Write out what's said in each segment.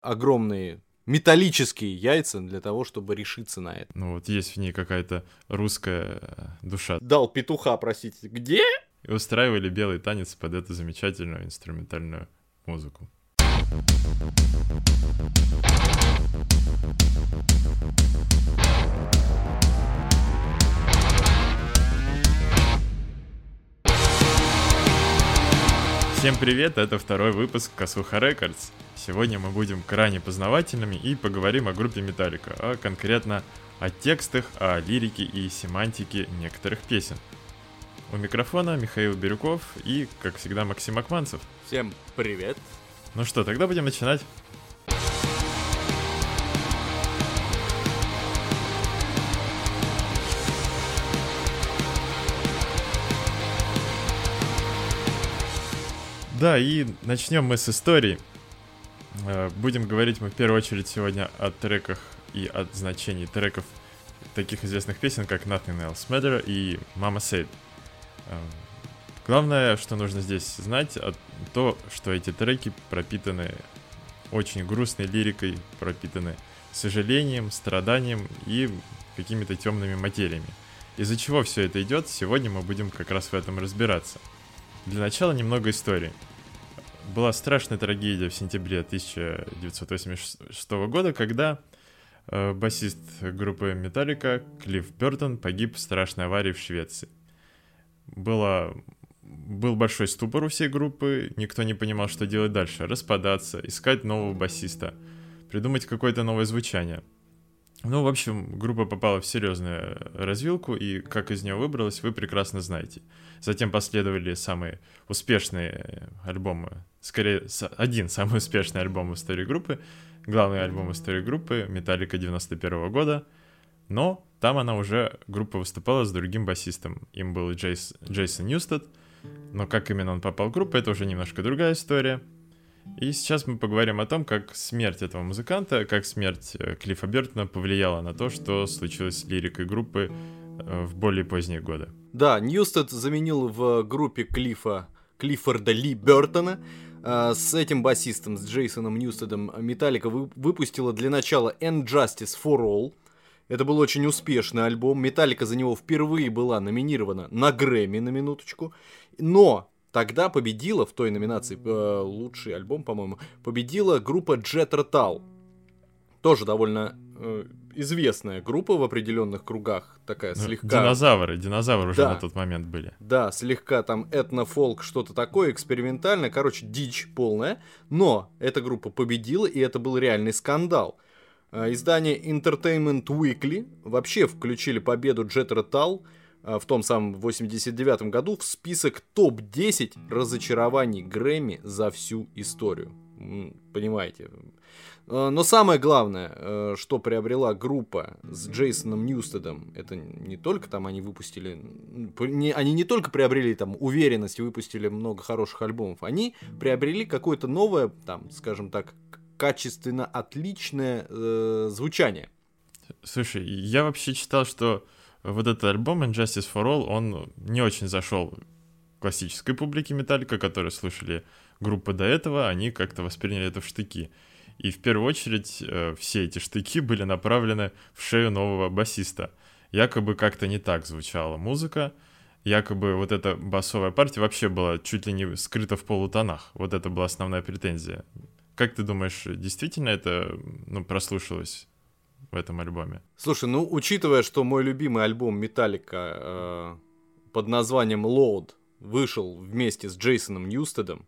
огромные металлические яйца для того, чтобы решиться на это. Ну вот есть в ней какая-то русская душа. Дал петуха, простите, где? И устраивали белый танец под эту замечательную инструментальную музыку. Всем привет, это второй выпуск Косуха Рекордс. Сегодня мы будем крайне познавательными и поговорим о группе Metallica, а конкретно о текстах, о лирике и семантике некоторых песен. У микрофона Михаил Бирюков и, как всегда, Максим Акманцев. Всем привет. Ну что, тогда будем начинать. Да, и начнем мы с истории. Будем говорить мы в первую очередь сегодня о треках и о значении треков таких известных песен, как Nothing Else Matter и Mama Said. Главное, что нужно здесь знать, то, что эти треки пропитаны очень грустной лирикой, пропитаны сожалением, страданием и какими-то темными материями. Из-за чего все это идет, сегодня мы будем как раз в этом разбираться. Для начала немного истории. Была страшная трагедия в сентябре 1986 года, когда басист группы Metallica Клифф Бёртон погиб в страшной аварии в Швеции. Был большой ступор у всей группы, никто не понимал, что делать дальше. Распадаться, искать нового басиста, придумать какое-то новое звучание. Ну, в общем, группа попала в серьезную развилку, и как из нее выбралась, вы прекрасно знаете. Затем последовали самые успешные альбомы, скорее, один самый успешный альбом в истории группы, главный альбом в истории группы, Metallica 91 года, но там группа выступала с другим басистом, им был Джейсон Ньюстед, но как именно он попал в группу, это уже немножко другая история. И сейчас мы поговорим о том, как смерть этого музыканта, как смерть Клиффа Бёртона повлияла на то, что случилось с лирикой группы в более поздние годы. Да, Ньюстед заменил в группе Клиффорда Ли Бёртона. С этим басистом, с Джейсоном Ньюстедом, Metallica выпустила для начала And Justice for All. Это был очень успешный альбом. Metallica за него впервые была номинирована на Грэмми, на минуточку. Но тогда победила в той номинации, лучший альбом, по-моему, победила группа Jethro Tull. Тоже довольно известная группа в определенных кругах, такая слегка... Динозавры уже на тот момент были. Да, слегка там этно-фолк, что-то такое, экспериментальное, короче, дичь полная. Но эта группа победила, и это был реальный скандал. Издание Entertainment Weekly вообще включили победу Jethro Tull в том самом 89 году в список топ-10 разочарований Грэмми за всю историю. Понимаете? Но самое главное, что приобрела группа с Джейсоном Ньюстедом, это не только там они выпустили... Они не только приобрели там уверенность и выпустили много хороших альбомов, они приобрели какое-то новое, там, скажем так, качественно отличное звучание. Слушай, я вообще читал, что вот этот альбом And Justice for All, он не очень зашел классической публике Metallica, которые слушали группу до этого, они как-то восприняли это в штыки. И в первую очередь все эти штыки были направлены в шею нового басиста. Якобы как-то не так звучала музыка, якобы вот эта басовая партия вообще была чуть ли не скрыта в полутонах. Вот это была основная претензия. Как ты думаешь, действительно это прослушалось в этом альбоме? Слушай, учитывая, что мой любимый альбом Metallica под названием Load вышел вместе с Джейсоном Ньюстедом,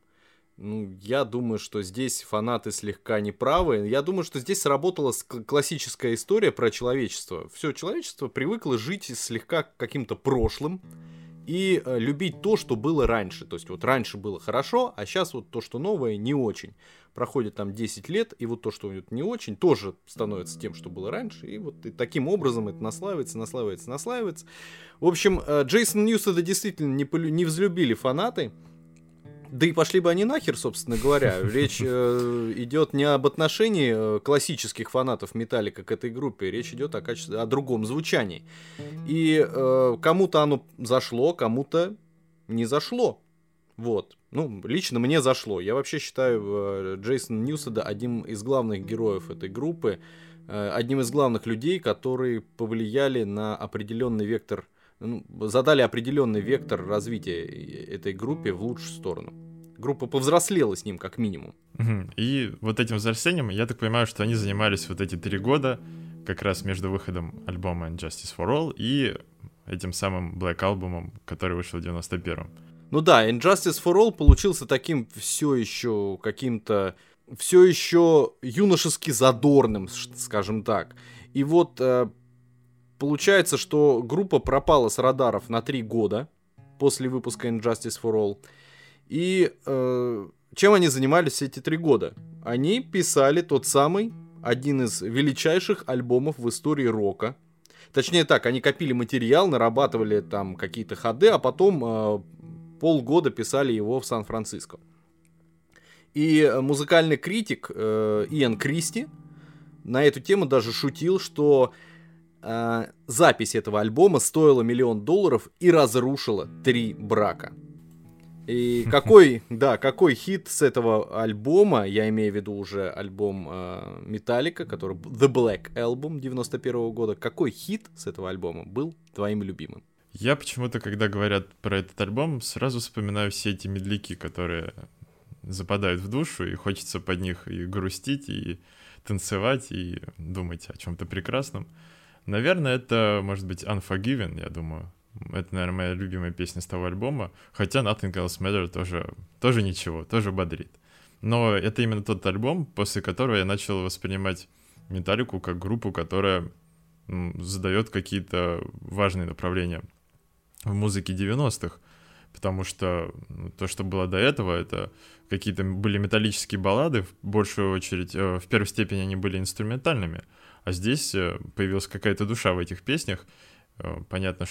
я думаю, что здесь фанаты слегка неправы. Я думаю, что здесь сработала классическая история про человечество. Все человечество привыкло жить слегка каким-то прошлым и любить то, что было раньше. То есть вот раньше было хорошо, а сейчас вот то, что новое, не очень. Проходит там 10 лет, и вот то, что не очень, тоже становится тем, что было раньше. И вот и таким образом это наслаивается. В общем, Джейсона Ньюстеда действительно не взлюбили фанаты. Да и пошли бы они нахер, собственно говоря. Речь идет не об отношении классических фанатов Metallica к этой группе, речь идет о другом звучании. И кому-то оно зашло, кому-то не зашло. Вот. Ну, лично мне зашло. Я вообще считаю Джейсона Ньюстеда одним из главных героев этой группы, одним из главных людей, которые повлияли на определенный вектор, задали определенный вектор развития этой группе в лучшую сторону. Группа повзрослела с ним, как минимум. И вот этим взрослением, я так понимаю, что они занимались вот эти 3 года, как раз между выходом альбома Injustice for All и этим самым Black Album, который вышел в 91-м. Ну да, Injustice for All получился таким все еще каким-то, все еще юношески задорным, скажем так. И вот получается, что группа пропала с радаров на 3 года после выпуска Injustice for All. И чем они занимались эти 3 года? Они писали тот самый, один из величайших альбомов в истории рока. Точнее так, они копили материал, нарабатывали там какие-то ходы, а потом полгода писали его в Сан-Франциско. И музыкальный критик Иэн Кристи на эту тему даже шутил, что запись этого альбома стоила $1 миллион и разрушила 3 брака. И какой хит с этого альбома, я имею в виду уже альбом Metallica, который The Black Album 91 года, какой хит с этого альбома был твоим любимым? Я почему-то, когда говорят про этот альбом, сразу вспоминаю все эти медляки, которые западают в душу, и хочется под них и грустить, и танцевать, и думать о чем-то прекрасном. Наверное, это, может быть, Unforgiven, я думаю. Это, наверное, моя любимая песня с того альбома. Хотя Nothing Else Matters тоже ничего, тоже бодрит. Но это именно тот альбом, после которого я начал воспринимать Металлику как группу, которая задает какие-то важные направления в музыке 90-х. Потому что то, что было до этого, это какие-то были металлические баллады, в большую очередь, в первой степени они были инструментальными. А здесь появилась какая-то душа в этих песнях. Понятно,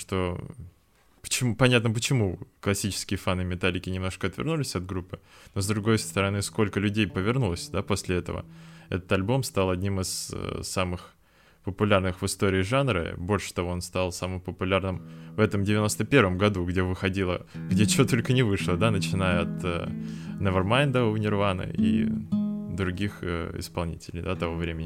почему классические фаны Металлики немножко отвернулись от группы, но с другой стороны, сколько людей повернулось, да, после этого. Этот альбом стал одним из самых популярных в истории жанра. Больше того, он стал самым популярным в этом 91-м году, где что только не вышло, да, начиная от Nevermind у Nirvana и других исполнителей, да, того времени.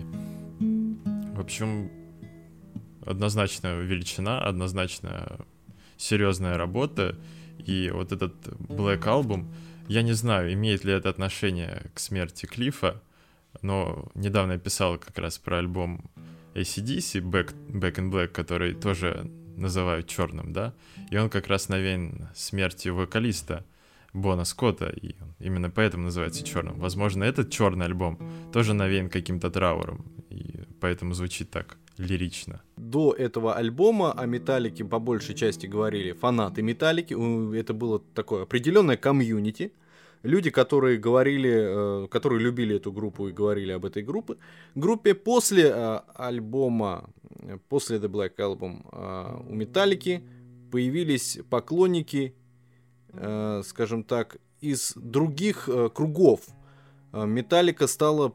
В общем, однозначно величина, однозначно серьезная работа. И вот этот Black Album, я не знаю, имеет ли это отношение к смерти Клиффа, но недавно я писал как раз про альбом AC/DC Back in Black, который тоже называют черным, да, и он как раз навеян смертью вокалиста Бона Скотта, и именно поэтому называется черным. Возможно, этот черный альбом тоже навеян каким-то трауром, и поэтому звучит так лирично. До этого альбома о Металлике по большей части говорили фанаты Металлики. Это было такое определенное комьюнити. Люди, которые любили эту группу и говорили об этой группе. После альбома, после The Black Album у Металлики появились поклонники, скажем так, из других кругов. Металлика стала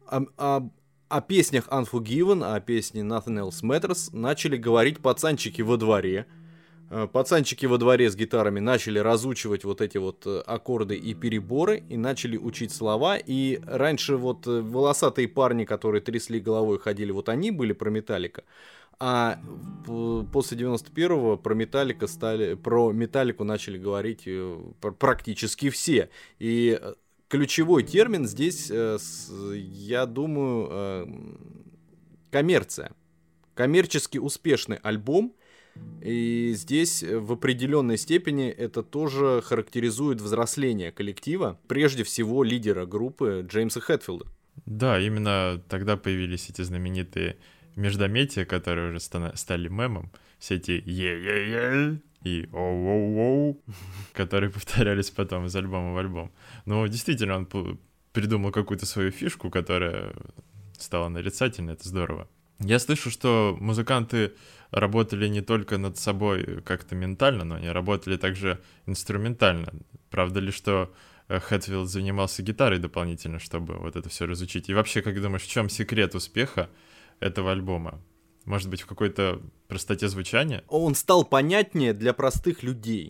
о песнях Unforgiven, о песне Nothing Else Matters начали говорить пацанчики во дворе. Пацанчики во дворе с гитарами начали разучивать вот эти вот аккорды и переборы, и начали учить слова. И раньше вот волосатые парни, которые трясли головой, ходили, вот они были про Металлика. А после 91-го про Металлику начали говорить практически все. И ключевой термин здесь, я думаю, коммерция. Коммерчески успешный альбом. И здесь в определенной степени это тоже характеризует взросление коллектива, прежде всего лидера группы Джеймса Хэтфилда. Да, именно тогда появились эти знаменитые междометия, которые уже стали мемом. Все эти «е-е-е» и «оу-оу-оу», которые повторялись потом из альбома в альбом. Но действительно, он придумал какую-то свою фишку, которая стала нарицательной, это здорово. Я слышу, что музыканты работали не только над собой как-то ментально, но они работали также инструментально. Правда ли, что Хэтфилд занимался гитарой дополнительно, чтобы вот это все разучить? И вообще, как думаешь, в чем секрет успеха этого альбома? Может быть, в какой-то простоте звучания? Он стал понятнее для простых людей.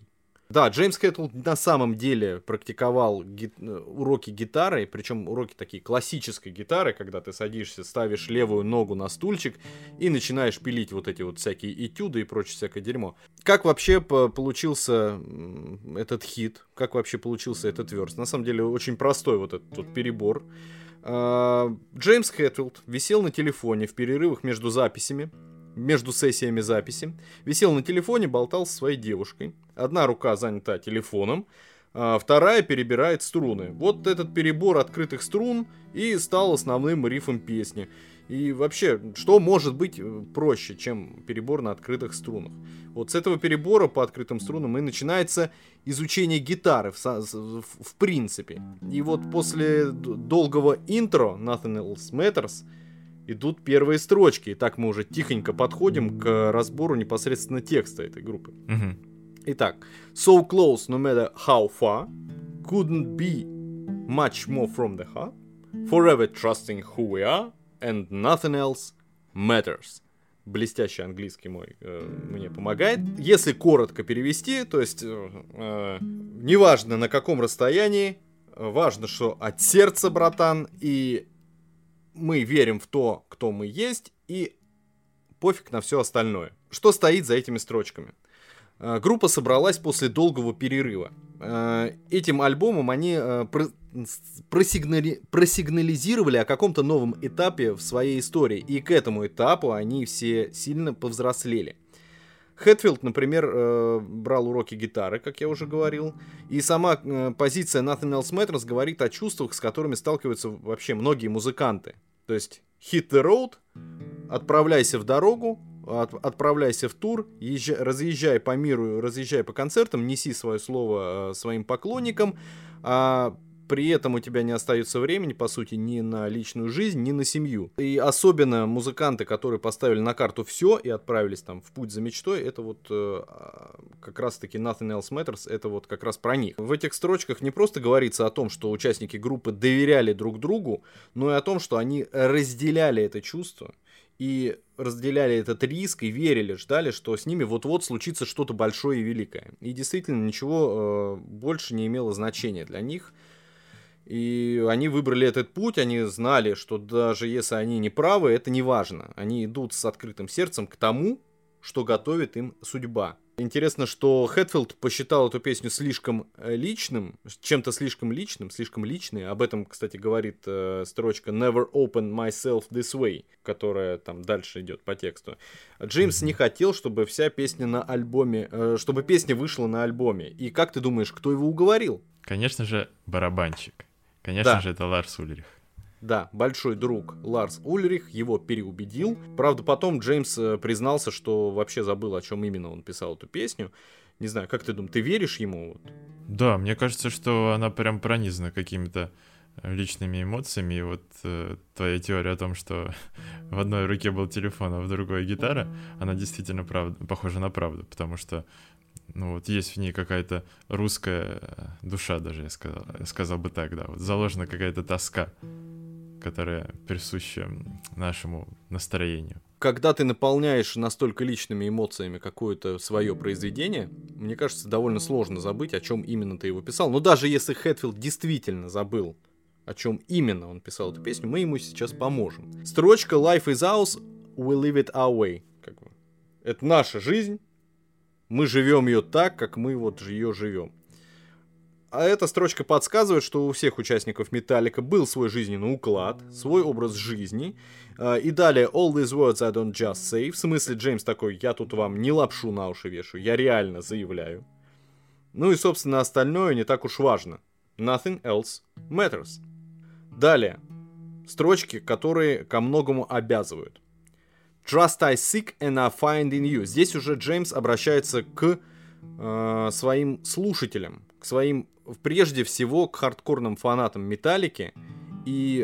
Да, Джеймс Хэтфилд на самом деле практиковал уроки гитары, причем уроки такие классической гитары, когда ты садишься, ставишь левую ногу на стульчик и начинаешь пилить вот эти вот всякие этюды и прочее всякое дерьмо. Как вообще получился этот хит? Как вообще получился этот верс? На самом деле очень простой вот этот вот перебор. Джеймс Хэтфилд висел на телефоне в перерывах между записями, между сессиями записи, висел на телефоне, болтал со своей девушкой. Одна рука занята телефоном, а вторая перебирает струны. Вот этот перебор открытых струн и стал основным рифом песни. И вообще, что может быть проще, чем перебор на открытых струнах? Вот с этого перебора по открытым струнам и начинается изучение гитары в принципе. И вот после долгого интро Nothing Else Matters идут первые строчки. И так мы уже тихонько подходим к разбору непосредственно текста этой группы. Итак. So close, no matter how far, couldn't be much more from the heart, forever trusting who we are, and nothing else matters. Блестящий английский мой мне помогает. Если коротко перевести, то есть неважно на каком расстоянии, важно, что от сердца, братан, и мы верим в то, кто мы есть, и пофиг на все остальное. Что стоит за этими строчками? Группа собралась после долгого перерыва. Этим альбомом они просигнализировали о каком-то новом этапе в своей истории, и к этому этапу они все сильно повзрослели. Хэтфилд, например, брал уроки гитары, как я уже говорил, и сама позиция Nothing Else Matters говорит о чувствах, с которыми сталкиваются вообще многие музыканты. То есть hit the road, отправляйся в дорогу, отправляйся в тур, разъезжай по миру, разъезжай по концертам, неси свое слово своим поклонникам, а при этом у тебя не остается времени, по сути, ни на личную жизнь, ни на семью. И особенно музыканты, которые поставили на карту все и отправились там в путь за мечтой, это вот как раз-таки Nothing Else Matters, это вот как раз про них. В этих строчках не просто говорится о том, что участники группы доверяли друг другу, но и о том, что они разделяли это чувство и разделяли этот риск, и верили, ждали, что с ними вот-вот случится что-то большое и великое. И действительно ничего больше не имело значения для них. И они выбрали этот путь, они знали, что даже если они не правы, это не важно. Они идут с открытым сердцем к тому, что готовит им судьба. Интересно, что Хэтфилд посчитал эту песню слишком личным, чем-то слишком личным, слишком личной. Об этом, кстати, говорит строчка «Never open myself this way», которая там дальше идет по тексту. Джеймс не хотел, чтобы вся песня на альбоме, чтобы песня вышла на альбоме. И как ты думаешь, кто его уговорил? Конечно же, барабанщик. Конечно же, это Ларс Ульрих. Да, большой друг Ларс Ульрих его переубедил. Правда, потом Джеймс признался, что вообще забыл, о чем именно он писал эту песню. Не знаю, как ты думаешь, ты веришь ему? Да, мне кажется, что она прям пронизана какими-то личными эмоциями. И вот твоя теория о том, что в одной руке был телефон, а в другой гитара, она действительно похожа на правду, потому что ну вот есть в ней какая-то русская душа даже, я сказал бы так, да. Вот заложена какая-то тоска, которая присуща нашему настроению. Когда ты наполняешь настолько личными эмоциями какое-то свое произведение, мне кажется, довольно сложно забыть, о чем именно ты его писал. Но даже если Хэтфилд действительно забыл, о чем именно он писал эту песню, мы ему сейчас поможем. Строчка «Life is ours, we live it our way». Это наша жизнь. Мы живем ее так, как мы вот ее живем. А эта строчка подсказывает, что у всех участников Металлика был свой жизненный уклад, свой образ жизни. И далее all these words I don't just say. В смысле, Джеймс такой, я тут вам не лапшу на уши вешаю, я реально заявляю. Ну и, собственно, остальное не так уж важно. Nothing else matters. Далее. Строчки, которые ко многому обязывают. Trust I seek and I find in you. Здесь уже Джеймс обращается к своим слушателям, к своим, прежде всего, к хардкорным фанатам Металлики. И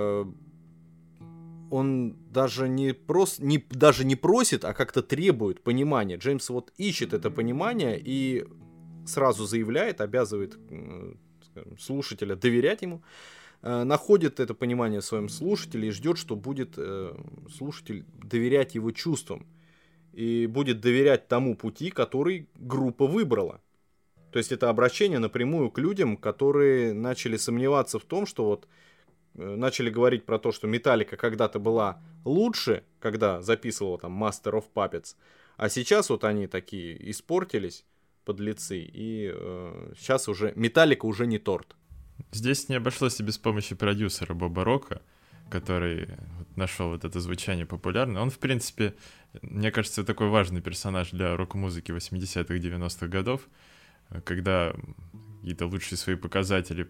он даже не просит, а как-то требует понимания. Джеймс вот ищет это понимание и сразу заявляет, обязывает скажем, слушателя доверять ему. Находит это понимание в своем слушателе и ждет, что будет слушатель доверять его чувствам и будет доверять тому пути, который группа выбрала. То есть это обращение напрямую к людям, которые начали сомневаться в том, что вот начали говорить про то, что Металлика когда-то была лучше, когда записывала там Master of Puppets, а сейчас вот они такие испортились, подлецы, и сейчас уже Металлика уже не торт. Здесь не обошлось и без помощи продюсера Боба Рока, который нашел вот это звучание популярное. Он, в принципе, мне кажется, такой важный персонаж для рок-музыки 80-х, 90-х годов, когда какие-то лучшие свои показатели,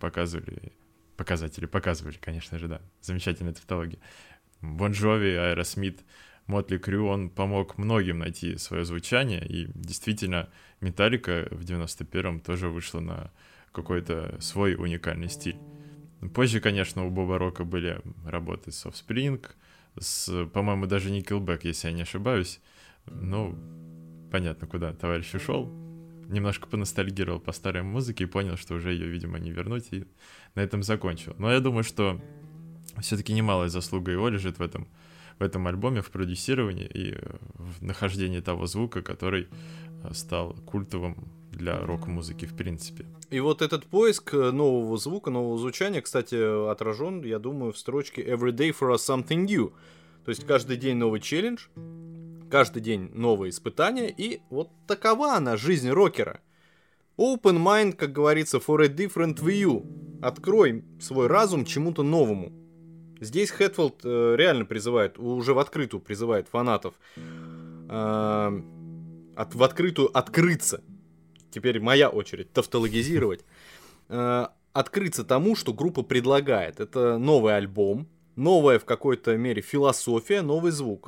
конечно же, да, замечательная тавтология. Бон Джови, Аэросмит, Мотли Крю, он помог многим найти свое звучание, и действительно Металлика в 91-м тоже вышла на какой-то свой уникальный стиль. Позже, конечно, у Боба Рока были работы с Offspring, по-моему, даже Nickelback, если я не ошибаюсь. Ну, понятно, куда товарищ ушел. Немножко поностальгировал по старой музыке и понял, что уже ее, видимо, не вернуть, и на этом закончил. Но я думаю, что все-таки немалая заслуга его лежит в этом альбоме, в продюсировании и в нахождении того звука, который стал культовым для рок-музыки в принципе. И вот этот поиск нового звука, нового звучания, кстати, отражен, я думаю, в строчке «Every day for us something new». То есть каждый день новый челлендж, каждый день новые испытания, и вот такова она, жизнь рокера. Open mind, как говорится, for a different view. Открой свой разум чему-то новому. Здесь Хэтфилд реально призывает, уже в открытую призывает фанатов в открытую открыться. Теперь моя очередь тавтологизировать. Открыться тому, что группа предлагает. Это новый альбом, новая в какой-то мере философия, новый звук.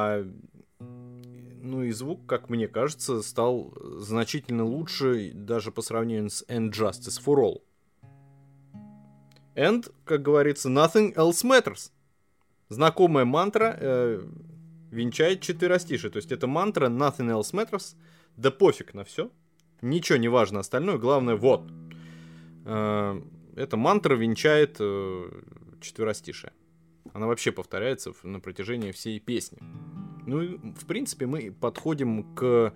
Ну и звук, как мне кажется, стал значительно лучше даже по сравнению с And Justice for All. And, как говорится, nothing else matters. Знакомая мантра венчает четверостишие. То есть это мантра nothing else matters. Да пофиг на все. Ничего не важно остальное. Главное, вот. Эта мантра венчает четверостишее. Она вообще повторяется на протяжении всей песни. Ну и, в принципе, мы подходим к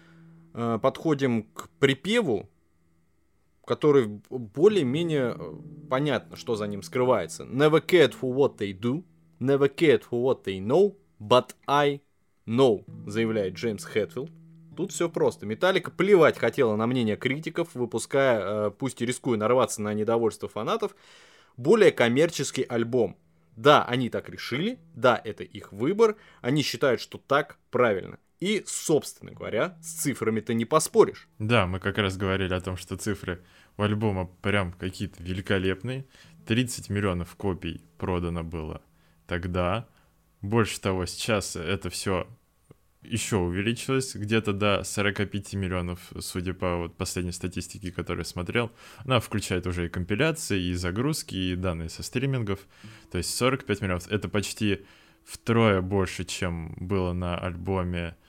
припеву, который более-менее понятно, что за ним скрывается. Never cared for what they do, never cared for what they know, but I know, заявляет Джеймс Хэтфилд. Тут все просто. Металлика плевать хотела на мнение критиков, выпуская, пусть и рискуя нарваться на недовольство фанатов, более коммерческий альбом. Да, они так решили, да, это их выбор, они считают, что так правильно. И, собственно говоря, с цифрами-то не поспоришь. Да, мы как раз говорили о том, что цифры у альбома прям какие-то великолепные. 30 миллионов копий продано было тогда. Больше того, сейчас это все еще увеличилось, где-то до 45 миллионов, судя по вот последней статистике, которую я смотрел. Она включает уже и компиляции, и загрузки, и данные со стримингов. То есть 45 миллионов. Это почти втрое больше, чем было на альбоме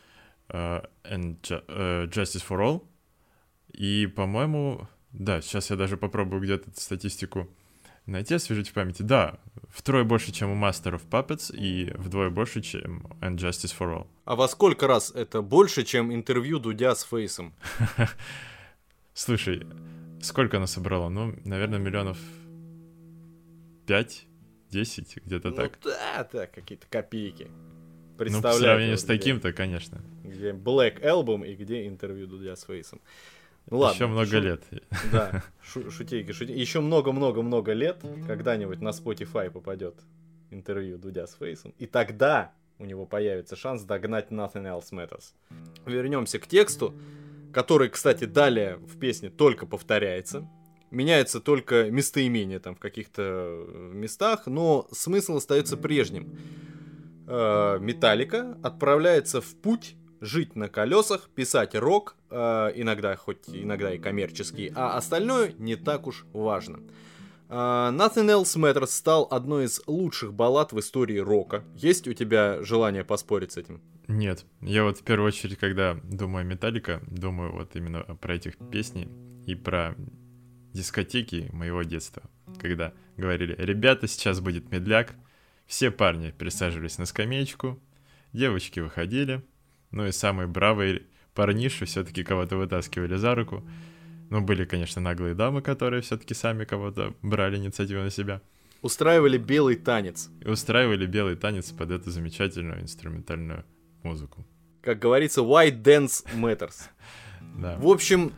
Justice for All. И, по-моему, да, сейчас я даже попробую где-то эту статистику найти, освежить в памяти. Да, втрое больше, чем у Master of Puppets, и вдвое больше, чем And Justice for All. А во сколько раз это больше, чем интервью Дудя с Фейсом? Слушай, сколько она собрала? Ну, наверное, миллионов 5-10, где-то так. Да, какие-то копейки. Ну, по сравнению с таким-то, конечно. Где Black Album и где интервью Дудя с Фейсом. Ну ладно. Еще много лет. Да, шутейки. Еще много-много-много лет когда-нибудь на Spotify попадет интервью Дудя с Фейсом. И тогда у него появится шанс догнать Nothing Else Matters. Вернемся к тексту, который, кстати, далее в песне только повторяется. Меняется только местоимение там в каких-то местах, но смысл остается прежним. Металлика отправляется в путь жить на колесах, писать рок, иногда и коммерческий, а остальное не так уж важно. Nothing Else Matters стал одной из лучших баллад в истории рока. Есть у тебя желание поспорить с этим? Нет. Я вот в первую очередь, когда думаю о Металлика, думаю вот именно про этих песни и про дискотеки моего детства. Когда говорили: ребята, сейчас будет медляк. Все парни присаживались на скамеечку, девочки выходили. Ну и самые бравые парниши все-таки кого-то вытаскивали за руку. Ну, были, конечно, наглые дамы, которые все-таки сами кого-то брали инициативу на себя. Устраивали белый танец. И устраивали белый танец под эту замечательную инструментальную музыку. Как говорится, white dance matters. Да. В общем,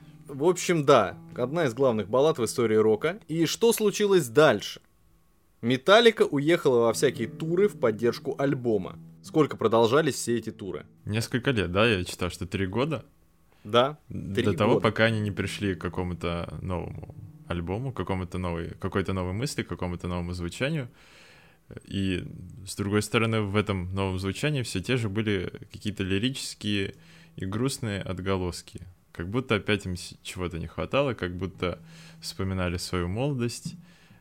да, одна из главных баллад в истории рока. И что случилось дальше? Металлика уехала во всякие туры в поддержку альбома. Сколько продолжались все эти туры? Несколько лет, да? Я читал, что 3 года. Да, 3 До того, года. пока они не пришли к какому-то новому альбому, какой-то новой мысли, к какому-то новому звучанию. И, с другой стороны, в этом новом звучании все те же были какие-то лирические и грустные отголоски. Как будто опять им чего-то не хватало, как будто вспоминали свою молодость.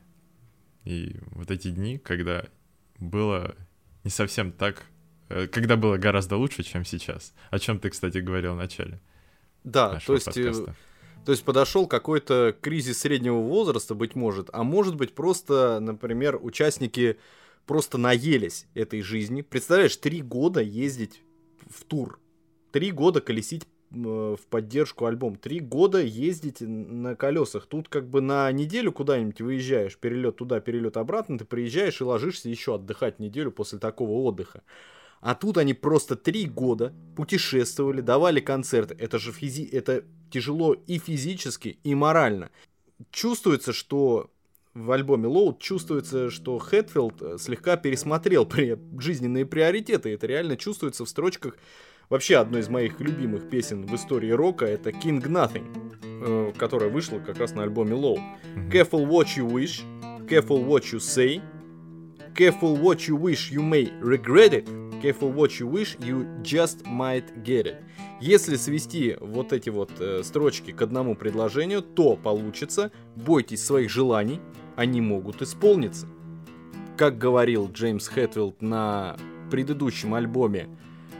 И вот эти дни, когда было не совсем так, когда было гораздо лучше, чем сейчас. О чем ты, кстати, говорил в начале. Да, то есть подошел какой-то кризис среднего возраста, быть может, а может быть просто, например, участники просто наелись этой жизни. Представляешь, 3 года ездить в тур, 3 года колесить в поддержку альбом, 3 года ездить на колесах. Тут как бы на неделю куда-нибудь выезжаешь, перелет туда, перелет обратно, ты приезжаешь и ложишься еще отдыхать неделю после такого отдыха. А тут они просто 3 года путешествовали, давали концерты. Это же это тяжело и физически, и морально. Чувствуется, что в альбоме Load чувствуется, что Хэтфилд слегка пересмотрел жизненные приоритеты. Это реально чувствуется в строчках вообще одной из моих любимых песен в истории рока. Это King Nothing, которая вышла как раз на альбоме Load. Careful what you wish, careful what you say, careful what you wish you may regret it, careful what you wish you just might get it. Если свести вот эти вот строчки к одному предложению, то получится: бойтесь своих желаний, они могут исполниться. Как говорил Джеймс Хэтфилд на предыдущем альбоме,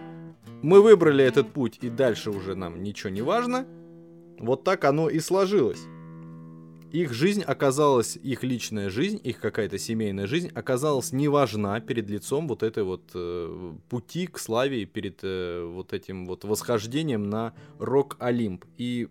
мы выбрали этот путь, и дальше уже нам ничего не важно. Вот так оно и сложилось. Их жизнь оказалась, их личная жизнь, их какая-то семейная жизнь оказалась не важна перед лицом вот этой вот пути к славе, перед вот этим вот восхождением на рок-олимп. И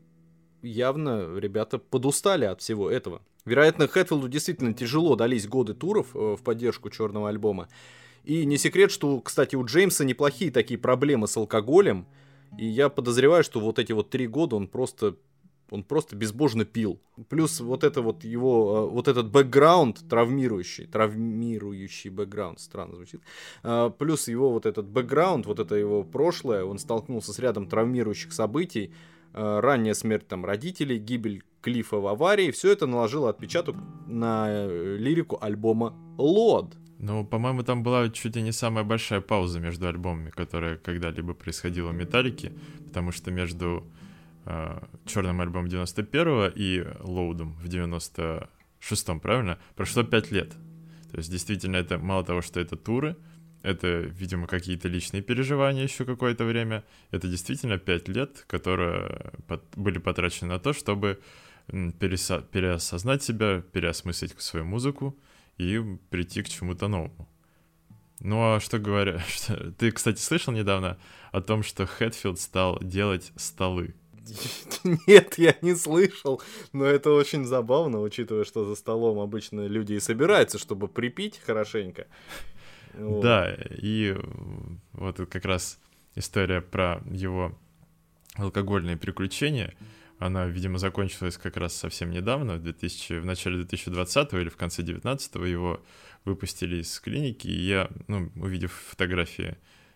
явно ребята подустали от всего этого. Вероятно, Хэтфилду действительно тяжело дались годы туров в поддержку черного альбома. И не секрет, что, кстати, у Джеймса неплохие такие проблемы с алкоголем. И я подозреваю, что вот эти вот 3 года он просто безбожно пил. Плюс вот это вот его, вот этот бэкграунд травмирующий бэкграунд, странно звучит. Плюс его вот этот бэкграунд, вот это его прошлое, он столкнулся с рядом травмирующих событий. Ранняя смерть там родителей, гибель Клиффа в аварии. Все это наложило отпечаток на лирику альбома Load. Ну, по-моему, там была чуть ли не самая большая пауза между альбомами, которая когда-либо происходила в Металлике, потому что между черным альбомом 91-го и Лоудом в 96-м, правильно? Прошло 5 лет. То есть, действительно, это мало того, что это туры, это, видимо, какие-то личные переживания еще какое-то время. Это действительно 5 лет, которые были потрачены на то, чтобы переосознать себя, переосмыслить свою музыку и прийти к чему-то новому. Ну, а что говоря... Ты, кстати, слышал недавно о том, что Хэтфилд стал делать столы? Нет, я не слышал, но это очень забавно, учитывая, что за столом обычно люди и собираются, чтобы припить хорошенько. Вот. Да, и вот как раз история про его алкогольные приключения, она, видимо, закончилась как раз совсем недавно, в начале 2020-го или в конце 19-го его выпустили из клиники, и я, увидев фотографии,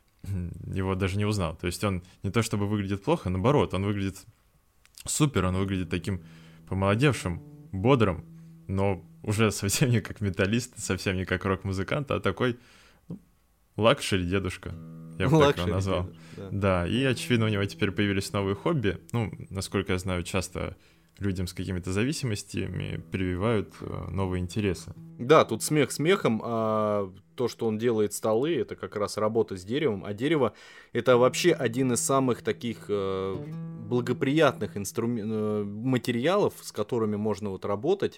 его даже не узнал. То есть он не то чтобы выглядит плохо, наоборот, он выглядит супер, он выглядит таким помолодевшим, бодрым, но уже совсем не как металлист, совсем не как рок-музыкант, а такой лакшери дедушка, я бы так его назвал. Да, и, очевидно, у него теперь появились новые хобби. Насколько я знаю, часто людям с какими-то зависимостями прививают новые интересы. Да, тут смех смехом, а то, что он делает столы, это как раз работа с деревом, а дерево — это вообще один из самых таких благоприятных материалов, с которыми можно вот работать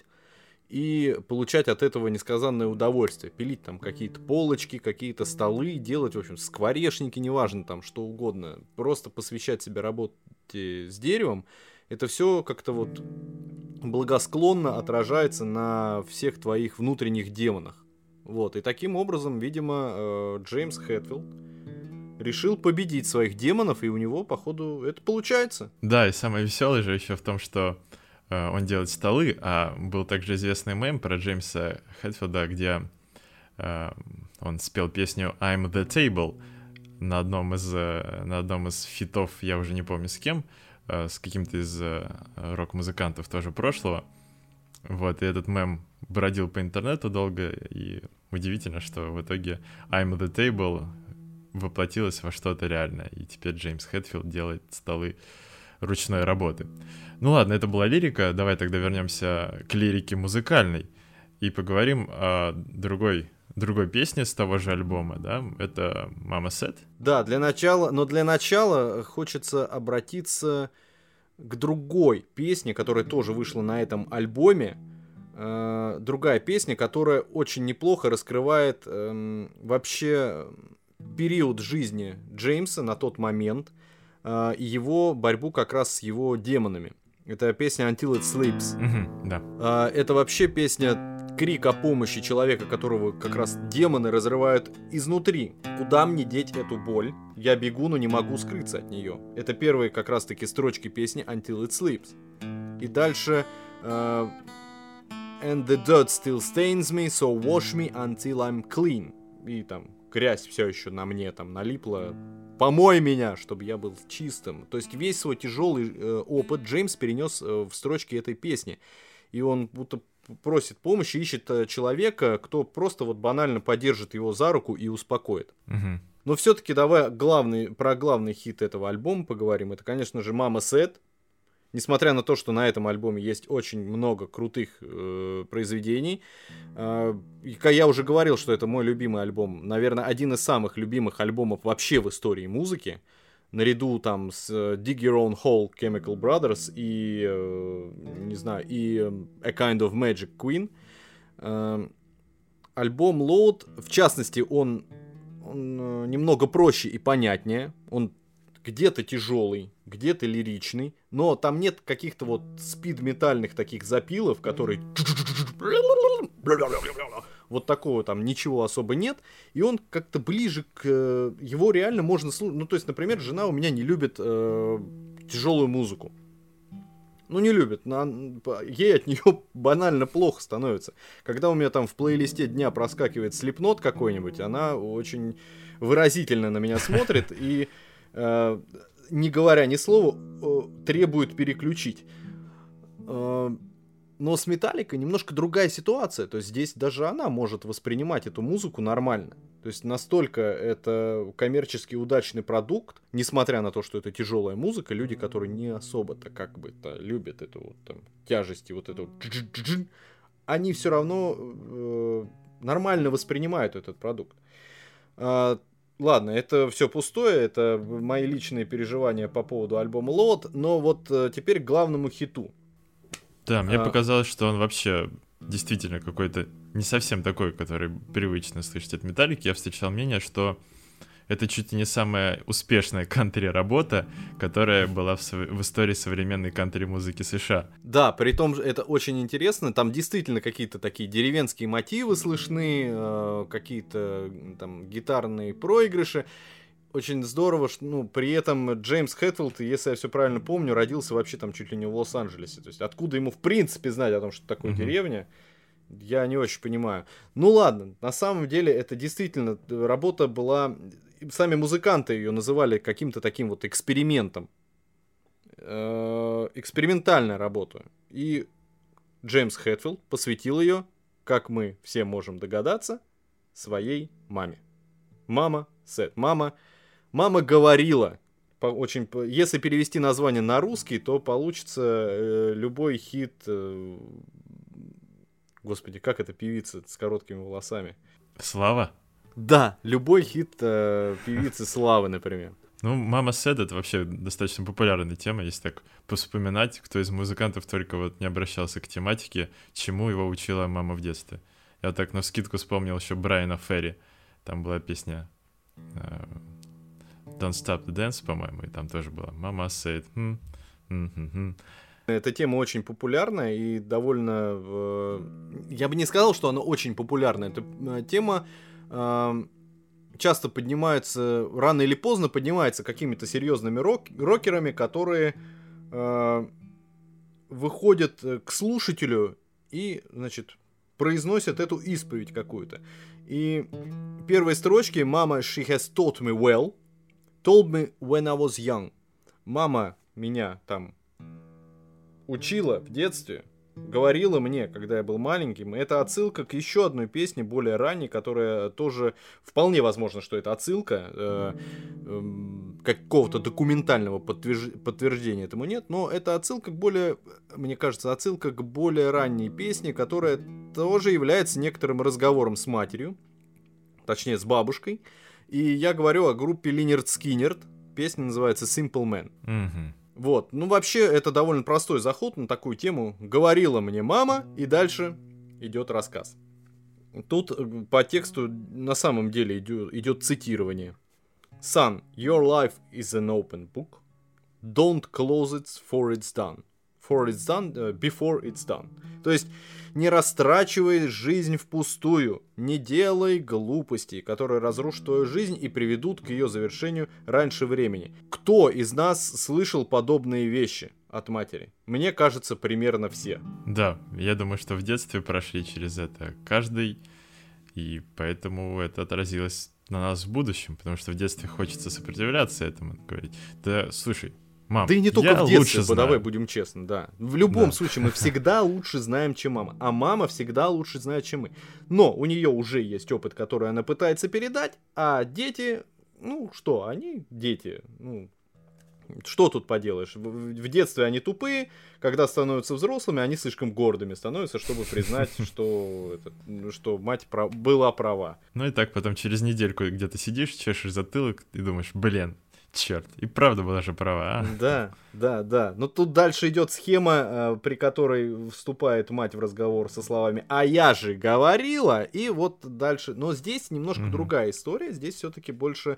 и получать от этого несказанное удовольствие. Пилить там какие-то полочки, какие-то столы, делать, в общем, скворечники, неважно там, что угодно. Просто посвящать себя работе с деревом. это все как-то вот благосклонно отражается на всех твоих внутренних демонах. Вот, и таким образом, видимо, Джеймс Хэтфилд решил победить своих демонов, и у него, походу, это получается. Да, и самое веселое же еще в том, что он делает столы, а был также известный мем про Джеймса Хэтфилда, где он спел песню «I'm the Table» на одном из фитов, я уже не помню с кем, с каким-то из рок-музыкантов тоже прошлого. Вот, и этот мем бродил по интернету долго, и удивительно, что в итоге «I'm the Table» воплотилось во что-то реальное, и теперь Джеймс Хэтфилд делает столы ручной работы. Ну ладно, это была лирика, давай тогда вернемся к лирике музыкальной и поговорим о другой песне с того же альбома, да, это «Mama Said». Да, для начала хочется обратиться к другой песне, которая тоже вышла на этом альбоме. Другая песня, которая очень неплохо раскрывает вообще период жизни Джеймса на тот момент и его борьбу как раз с его демонами. Это песня «Until It Sleeps». Да. Это вообще песня крик о помощи человека, которого как раз демоны разрывают изнутри. Куда мне деть эту боль? Я бегу, но не могу скрыться от нее. Это первые как раз-таки строчки песни «Until It Sleeps». И дальше «And the dirt still stains me, so wash me until I'm clean». И там грязь все еще на мне там налипла. Помой меня, чтобы я был чистым. То есть весь свой тяжелый опыт Джеймс перенес в строчки этой песни. И он будто просит помощи, ищет человека, кто просто вот банально поддержит его за руку и успокоит. Угу. Но все-таки давай про главный хит этого альбома поговорим. Это, конечно же, «Mama Said». Несмотря на то, что на этом альбоме есть очень много крутых произведений. Я уже говорил, что это мой любимый альбом. Наверное, один из самых любимых альбомов вообще в истории музыки. Наряду там с Dig Your Own Hole Chemical Brothers и, не знаю, и A Kind of Magic Queen. Альбом Load, в частности, он немного проще и понятнее. Он где-то тяжелый, где-то лиричный, но там нет каких-то вот спид-метальных таких запилов, которые... Вот такого там ничего особо нет, и он как-то ближе к... Его реально можно слушать... Ну, то есть, например, жена у меня не любит тяжелую музыку. Ну, не любит. Ей от нее банально плохо становится. Когда у меня там в плейлисте дня проскакивает Slipknot какой-нибудь, она очень выразительно на меня смотрит и... не говоря ни слова, требует переключить. Но с Металликой немножко другая ситуация. То есть здесь даже она может воспринимать эту музыку нормально. То есть настолько это коммерчески удачный продукт, несмотря на то, что это тяжелая музыка, люди, которые не особо-то как бы-то любят эту вот там тяжесть и вот эту... Они все равно нормально воспринимают этот продукт. Ладно, это все пустое, это мои личные переживания по поводу альбома Load, но вот теперь к главному хиту. Да, мне показалось, что он вообще действительно какой-то не совсем такой, который привычно слышать от Металлики. Я встречал мнение, что это чуть ли не самая успешная кантри-работа, которая была в истории современной кантри-музыки США. Да, при том, это очень интересно, там действительно какие-то такие деревенские мотивы слышны, какие-то там гитарные проигрыши. Очень здорово, что, ну, при этом Джеймс Хэтфилд, если я все правильно помню, родился вообще там чуть ли не в Лос-Анджелесе. То есть откуда ему в принципе знать о том, что такое деревня, я не очень понимаю. Ну ладно, на самом деле это действительно работа была... Сами музыканты ее называли каким-то таким вот экспериментом. Экспериментальная работа. И Джеймс Хэтфилд посвятил ее, как мы все можем догадаться, своей маме. Mama Said. Мама говорила. Если перевести название на русский, то получится любой хит... Господи, как это певица с короткими волосами? Слава? Да, любой хит певицы Славы, например. Ну, Mama Said — это вообще достаточно популярная тема, если так вспоминать, кто из музыкантов только вот не обращался к тематике, чему его учила мама в детстве. Я так навскидку вспомнил еще Брайана Ферри. Там была песня Don't Stop the Dance, по-моему, и там тоже была Mama Said, Эта тема очень популярная и довольно... я бы не сказал, что она очень популярная. Эта тема часто поднимается, рано или поздно поднимается какими-то серьезными рокерами, которые выходят к слушателю и, значит, произносят эту исповедь какую-то. И первые строчки «Mama, she has taught me well, told me when I was young». Мама меня там учила в детстве, говорила мне, когда я был маленьким. Это отсылка к еще одной песне, более ранней, которая тоже вполне возможно, что это отсылка. Какого-то документального подтверждения этому нет, но это отсылка к более, мне кажется, отсылка к более ранней песне, которая тоже является некоторым разговором с матерью, точнее с бабушкой. И я говорю о группе Lynyrd Skynyrd. Песня называется Simple Man. Вот, ну вообще это довольно простой заход на такую тему. Говорила мне мама, и дальше идет рассказ. Тут по тексту на самом деле идет цитирование. Son, your life is an open book. Don't close it for it's done. For it's done, before it's done. То есть, не растрачивай жизнь впустую, не делай глупостей, которые разрушат твою жизнь и приведут к ее завершению раньше времени. Кто из нас слышал подобные вещи от матери? Мне кажется, примерно все. Да, я думаю, что в детстве прошли через это каждый, и поэтому это отразилось на нас в будущем, потому что в детстве хочется сопротивляться этому, говорить, да, слушай, мам, да и не только в детстве, знаю. Давай будем честны, да. В любом случае мы всегда лучше знаем, чем мама. А мама всегда лучше знает, чем мы. Но у нее уже есть опыт, который она пытается передать, а дети, ну что, они дети. Ну, что тут поделаешь? В детстве они тупые, когда становятся взрослыми, они слишком гордыми становятся, чтобы признать, что мать была права. Ну и так потом через недельку где-то сидишь, чешешь затылок и думаешь, блин, черт, и правда была же права, а? Да. Но тут дальше идет схема, при которой вступает мать в разговор со словами «А я же говорила!» И вот дальше. Но здесь немножко другая история. Здесь все-таки больше...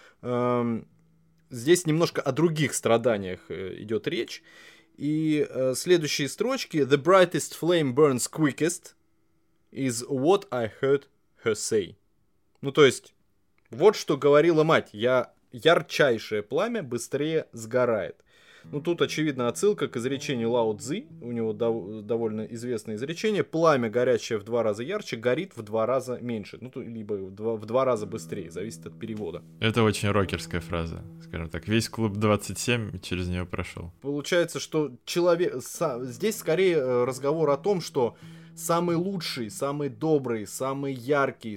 Здесь немножко о других страданиях идет речь. И следующие строчки «The brightest flame burns quickest is what I heard her say». Ну, то есть, вот что говорила мать. Ярчайшее пламя быстрее сгорает. Ну, тут, очевидно, отсылка к изречению Лао Цзи. У него довольно известное изречение. Пламя, горящее в 2 раза ярче, горит в 2 раза меньше. Ну, либо в 2 раза быстрее. Зависит от перевода. Это очень рокерская фраза. Скажем так, весь клуб 27 через нее прошел. Получается, что человек... Здесь скорее разговор о том, что самый лучший, самый добрый, самый яркий,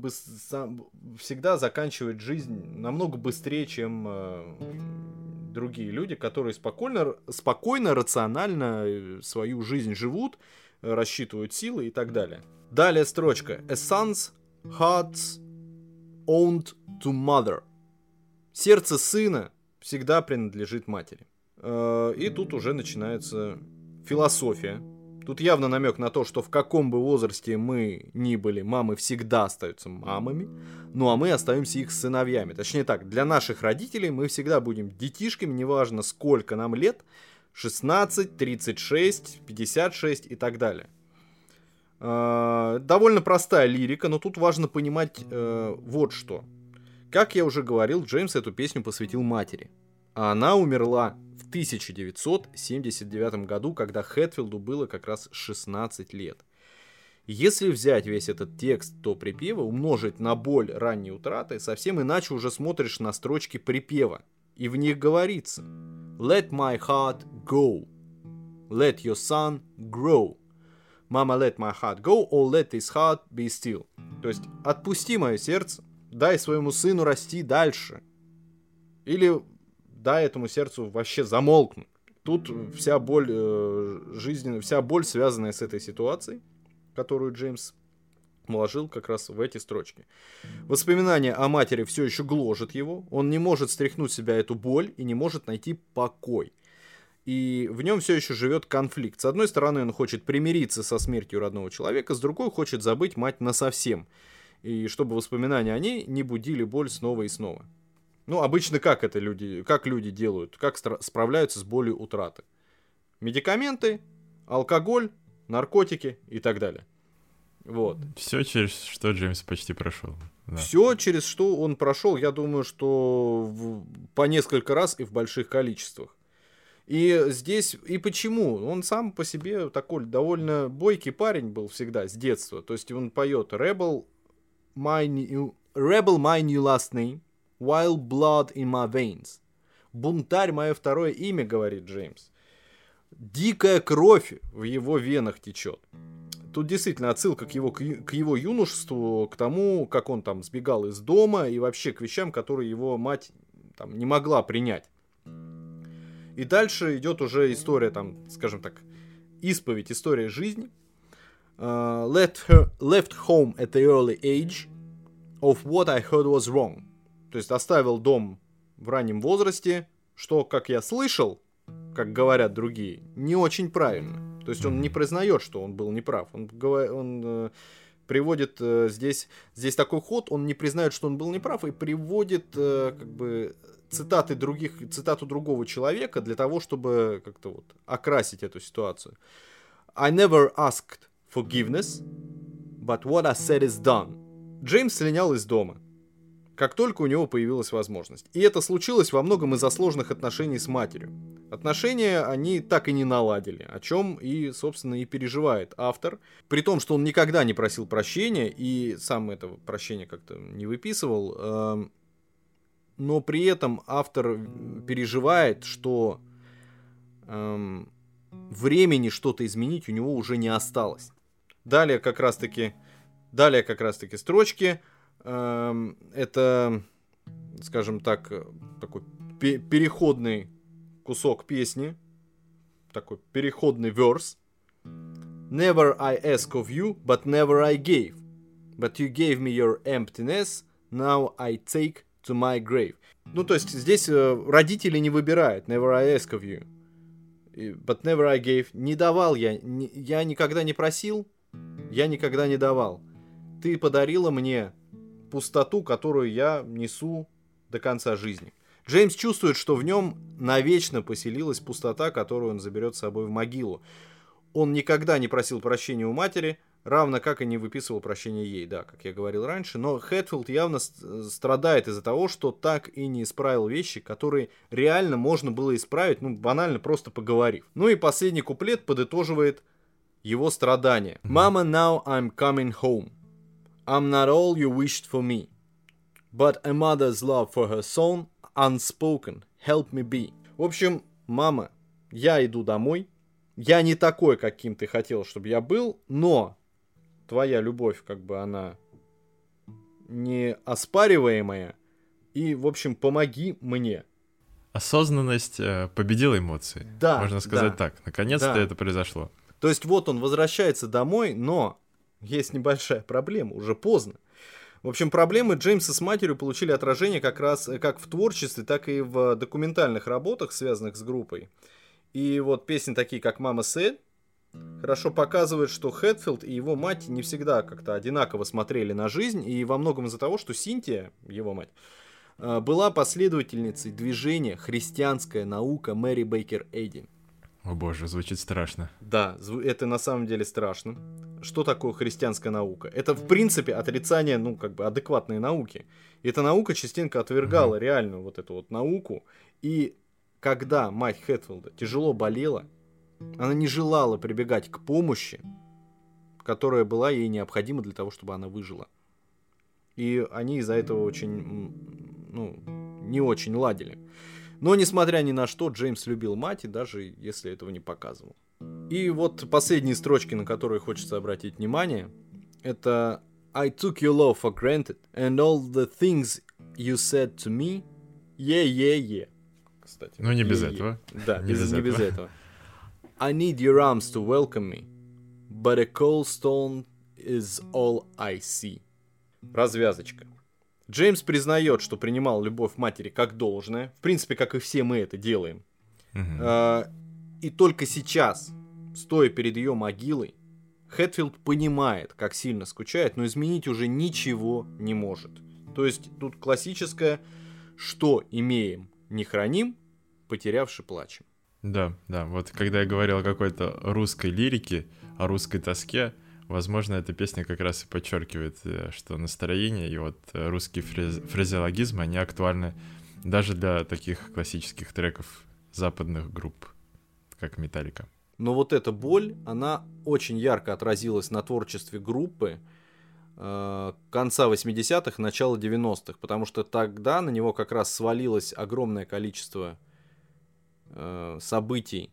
всегда заканчивает жизнь намного быстрее, чем другие люди, которые спокойно, рационально свою жизнь живут, рассчитывают силы и так далее. Далее строчка. A son's heart's owned to mother. Сердце сына всегда принадлежит матери. И тут уже начинается философия. Тут явно намек на то, что в каком бы возрасте мы ни были, мамы всегда остаются мамами, ну а мы остаемся их сыновьями. Точнее так, для наших родителей мы всегда будем детишками, неважно сколько нам лет, 16, 36, 56 и так далее. Довольно простая лирика, но тут важно понимать вот что. Как я уже говорил, Джеймс эту песню посвятил матери. А она умерла в 1979 году, когда Хэтфилду было как раз 16 лет. Если взять весь этот текст до припева, умножить на боль ранней утраты, совсем иначе уже смотришь на строчки припева. И в них говорится «Let my heart go, let your son grow, Mama let my heart go, or let his heart be still». То есть «Отпусти мое сердце, дай своему сыну расти дальше». Или дай этому сердцу вообще замолкнуть. Тут вся боль жизненная, вся боль, связанная с этой ситуацией, которую Джеймс вложил как раз в эти строчки. Воспоминания о матери все еще гложет его. Он не может стряхнуть с себя эту боль и не может найти покой. И в нем все еще живет конфликт. С одной стороны, он хочет примириться со смертью родного человека, с другой хочет забыть мать насовсем. И чтобы воспоминания о ней не будили боль снова и снова. Ну, обычно как люди делают, как справляются с болью утраты? Медикаменты, алкоголь, наркотики и так далее. Вот. Все, через что Джеймс почти прошел. Да. Все, через что он прошел, я думаю, что по несколько раз и в больших количествах. И здесь, и почему? Он сам по себе такой довольно бойкий парень был всегда, с детства. То есть он поет Rebel, my new last name, wild blood in my veins. Бунтарь, мое второе имя, говорит Джеймс. Дикая кровь в его венах течет. Тут действительно отсылка к его юношеству, к тому, как он там сбегал из дома и вообще к вещам, которые его мать там не могла принять. И дальше идет уже история, там, скажем так, исповедь, история жизни. Left home at the early age of what I heard was wrong. То есть оставил дом в раннем возрасте, что, как я слышал, как говорят другие, не очень правильно. То есть он не признает, что он был неправ. Он приводит здесь такой ход, он не признает, что он был неправ, и приводит как бы цитату другого человека для того, чтобы как-то вот окрасить эту ситуацию. I never asked forgiveness, but what I said is done. Джеймс слинял из дома, как только у него появилась возможность. И это случилось во многом из-за сложных отношений с матерью. Отношения они так и не наладили, о чем и, собственно, и переживает автор. При том, что он никогда не просил прощения и сам этого прощения как-то не выписывал, но при этом автор переживает, что времени что-то изменить у него уже не осталось. Далее как раз-таки строчки. Это, скажем так, такой переходный кусок песни, такой переходный верс. Never I ask of you, but never I gave. But you gave me your emptiness, now I take to my grave. Ну, то есть здесь родители не выбирают. Never I ask of you, but never I gave. Не давал я никогда не просил, я никогда не давал. Ты подарила мне пустоту, которую я несу до конца жизни. Джеймс чувствует, что в нем навечно поселилась пустота, которую он заберет с собой в могилу. Он никогда не просил прощения у матери, равно как и не выписывал прощения ей, да, как я говорил раньше. Но Хэтфилд явно страдает из-за того, что так и не исправил вещи, которые реально можно было исправить, ну, банально просто поговорив. Ну и последний куплет подытоживает его страдания. Mama, now I'm coming home. I'm not all you wished for me, but a mother's love for her son unspoken, help me be. В общем, мама, я иду домой. Я не такой, каким ты хотел, чтобы я был, но твоя любовь, как бы, она не оспариваемая. И, в общем, помоги мне. Осознанность победила эмоции. Да, можно сказать да, так. Наконец-то да. это произошло. То есть вот он возвращается домой, но есть небольшая проблема, уже поздно. В общем, проблемы Джеймса с матерью получили отражение как раз как в творчестве, так и в документальных работах, связанных с группой. И вот песни такие, как «Mama Said», хорошо показывают, что Хэтфилд и его мать не всегда как-то одинаково смотрели на жизнь, и во многом из-за того, что Синтия, его мать, была последовательницей движения «Христианская наука» Мэри Бейкер Эйди. О боже, звучит страшно. Да, это на самом деле страшно. Что такое христианская наука? Это, в принципе, отрицание, ну, как бы, адекватной науки. И эта наука частенько отвергала реальную вот эту вот науку. И когда мать Хэтфилда тяжело болела, она не желала прибегать к помощи, которая была ей необходима для того, чтобы она выжила. И они из-за этого очень, ну, не очень ладили. Но, несмотря ни на что, Джеймс любил мать, и даже если этого не показывал. И вот последние строчки, на которые хочется обратить внимание, это I took your love for granted, and all the things you said to me, yeah. Кстати. Ну, не без этого. Да, не без этого. I need your arms to welcome me, but a cold stone is all I see. Развязочка. Джеймс признает, что принимал любовь матери как должное, в принципе, как и все мы это делаем. И только сейчас, стоя перед ее могилой, Хэтфилд понимает, как сильно скучает, но изменить уже ничего не может. То есть тут классическое, что имеем, не храним, потерявши плачем. Да, вот когда я говорил о какой-то русской лирике, о русской тоске, возможно, эта песня как раз и подчеркивает, что настроение и вот русские фразеологизмы, они актуальны даже для таких классических треков западных групп, как Металлика. Но вот эта боль, она очень ярко отразилась на творчестве группы конца 80-х, начала 90-х, потому что тогда на него как раз свалилось огромное количество событий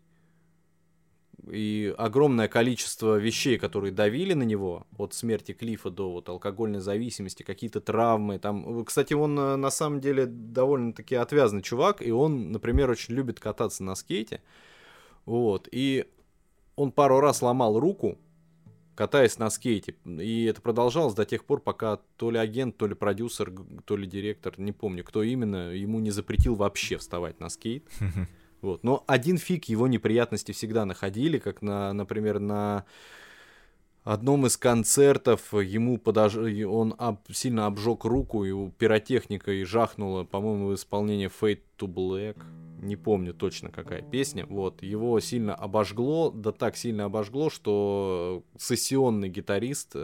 и огромное количество вещей, которые давили на него, от смерти Клиффа до вот алкогольной зависимости, какие-то травмы. Там, кстати, он на самом деле довольно-таки отвязный чувак, и он, например, очень любит кататься на скейте. Вот, и он пару раз ломал руку, катаясь на скейте, и это продолжалось до тех пор, пока то ли агент, то ли продюсер, то ли директор, не помню, кто именно, ему не запретил вообще вставать на скейт. Вот. Но один фиг его неприятности всегда находили, как, например, на одном из концертов он сильно обжег руку, и у пиротехника и жахнуло, по-моему, в исполнении Fade to Black, не помню точно какая песня, вот, его сильно обожгло, да так сильно обожгло, что сессионный гитарист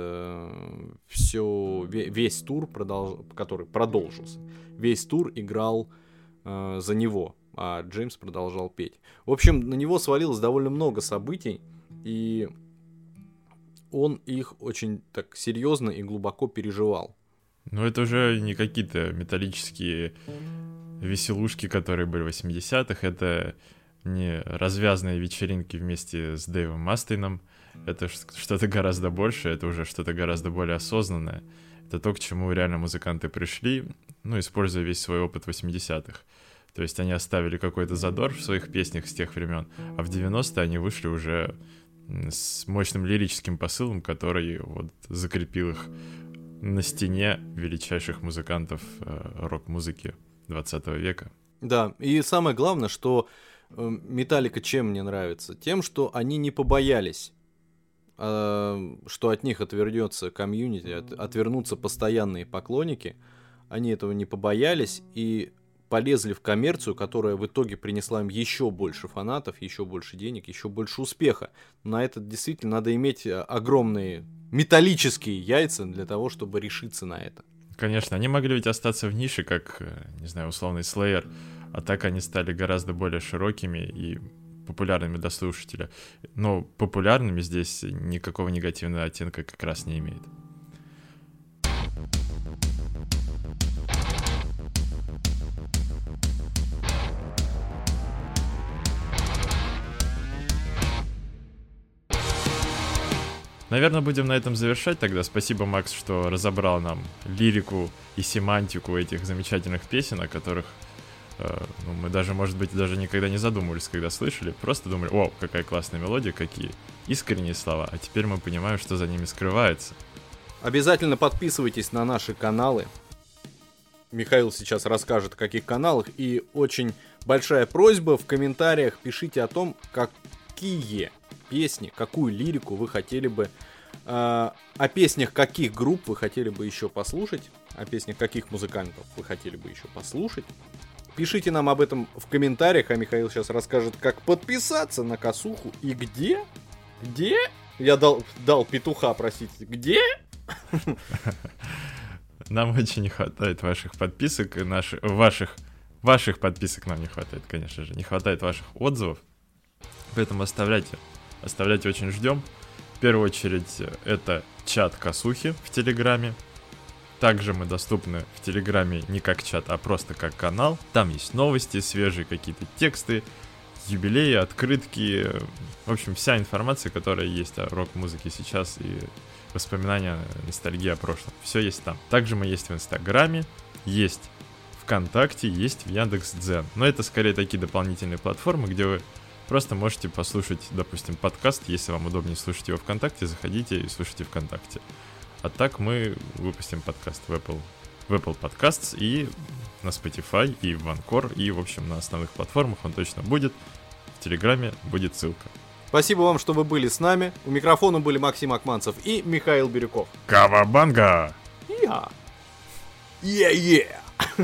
весь тур, который продолжился, весь тур играл за него, а Джеймс продолжал петь. В общем, на него свалилось довольно много событий, и он их очень так серьезно и глубоко переживал. Ну, это уже не какие-то металлические веселушки, которые были в 80-х, это не развязные вечеринки вместе с Дэйвом Мастейном, это что-то гораздо большее, это уже что-то гораздо более осознанное. Это то, к чему реально музыканты пришли, ну, используя весь свой опыт 80-х. То есть они оставили какой-то задор в своих песнях с тех времен, а в 90-е они вышли уже с мощным лирическим посылом, который вот закрепил их на стене величайших музыкантов рок-музыки 20 века. Да, и самое главное, что Металлика чем мне нравится? Тем, что они не побоялись, что от них отвернется комьюнити, отвернутся постоянные поклонники. Они этого не побоялись и полезли в коммерцию, которая в итоге принесла им еще больше фанатов, еще больше денег, еще больше успеха. На это действительно надо иметь огромные металлические яйца для того, чтобы решиться на это. Конечно, они могли ведь остаться в нише, как, не знаю, условный Slayer, а так они стали гораздо более широкими и популярными для слушателя. Но популярными здесь никакого негативного оттенка как раз не имеет. Наверное, будем на этом завершать тогда. Спасибо, Макс, что разобрал нам лирику и семантику этих замечательных песен, о которых мы даже, может быть, даже никогда не задумывались, когда слышали. Просто думали, о, какая классная мелодия, какие искренние слова. А теперь мы понимаем, что за ними скрывается. Обязательно подписывайтесь на наши каналы. Михаил сейчас расскажет, о каких каналах. И очень большая просьба в комментариях пишите о том, какие песни, какую лирику вы хотели бы, о песнях каких групп вы хотели бы еще послушать, о песнях каких музыкантов вы хотели бы еще послушать. Пишите нам об этом в комментариях, а Михаил сейчас расскажет, как подписаться на Косуху и где? Где? Я дал петуха, простите. Где? Нам очень не хватает ваших подписок, ваших подписок нам не хватает, конечно же. Не хватает ваших отзывов, поэтому оставляйте, очень ждем. В первую очередь это чат Косухи в Телеграме. Также мы доступны в Телеграме не как чат, а просто как канал. Там есть новости, свежие какие-то тексты, юбилеи, открытки. В общем, вся информация, которая есть о рок-музыке сейчас и воспоминания, ностальгия о прошлом. Все есть там. Также мы есть в Инстаграме, есть ВКонтакте, есть в Яндекс.Дзен. Но это скорее такие дополнительные платформы, где вы просто можете послушать, допустим, подкаст. Если вам удобнее слушать его ВКонтакте, заходите и слушайте ВКонтакте. А так мы выпустим подкаст в Apple Podcasts и на Spotify, и в Anchor, и, в общем, на основных платформах он точно будет. В Телеграме будет ссылка. Спасибо вам, что вы были с нами. У микрофона были Максим Акманцев и Михаил Бирюков. Кавабанга! Я! Yeah-yeah!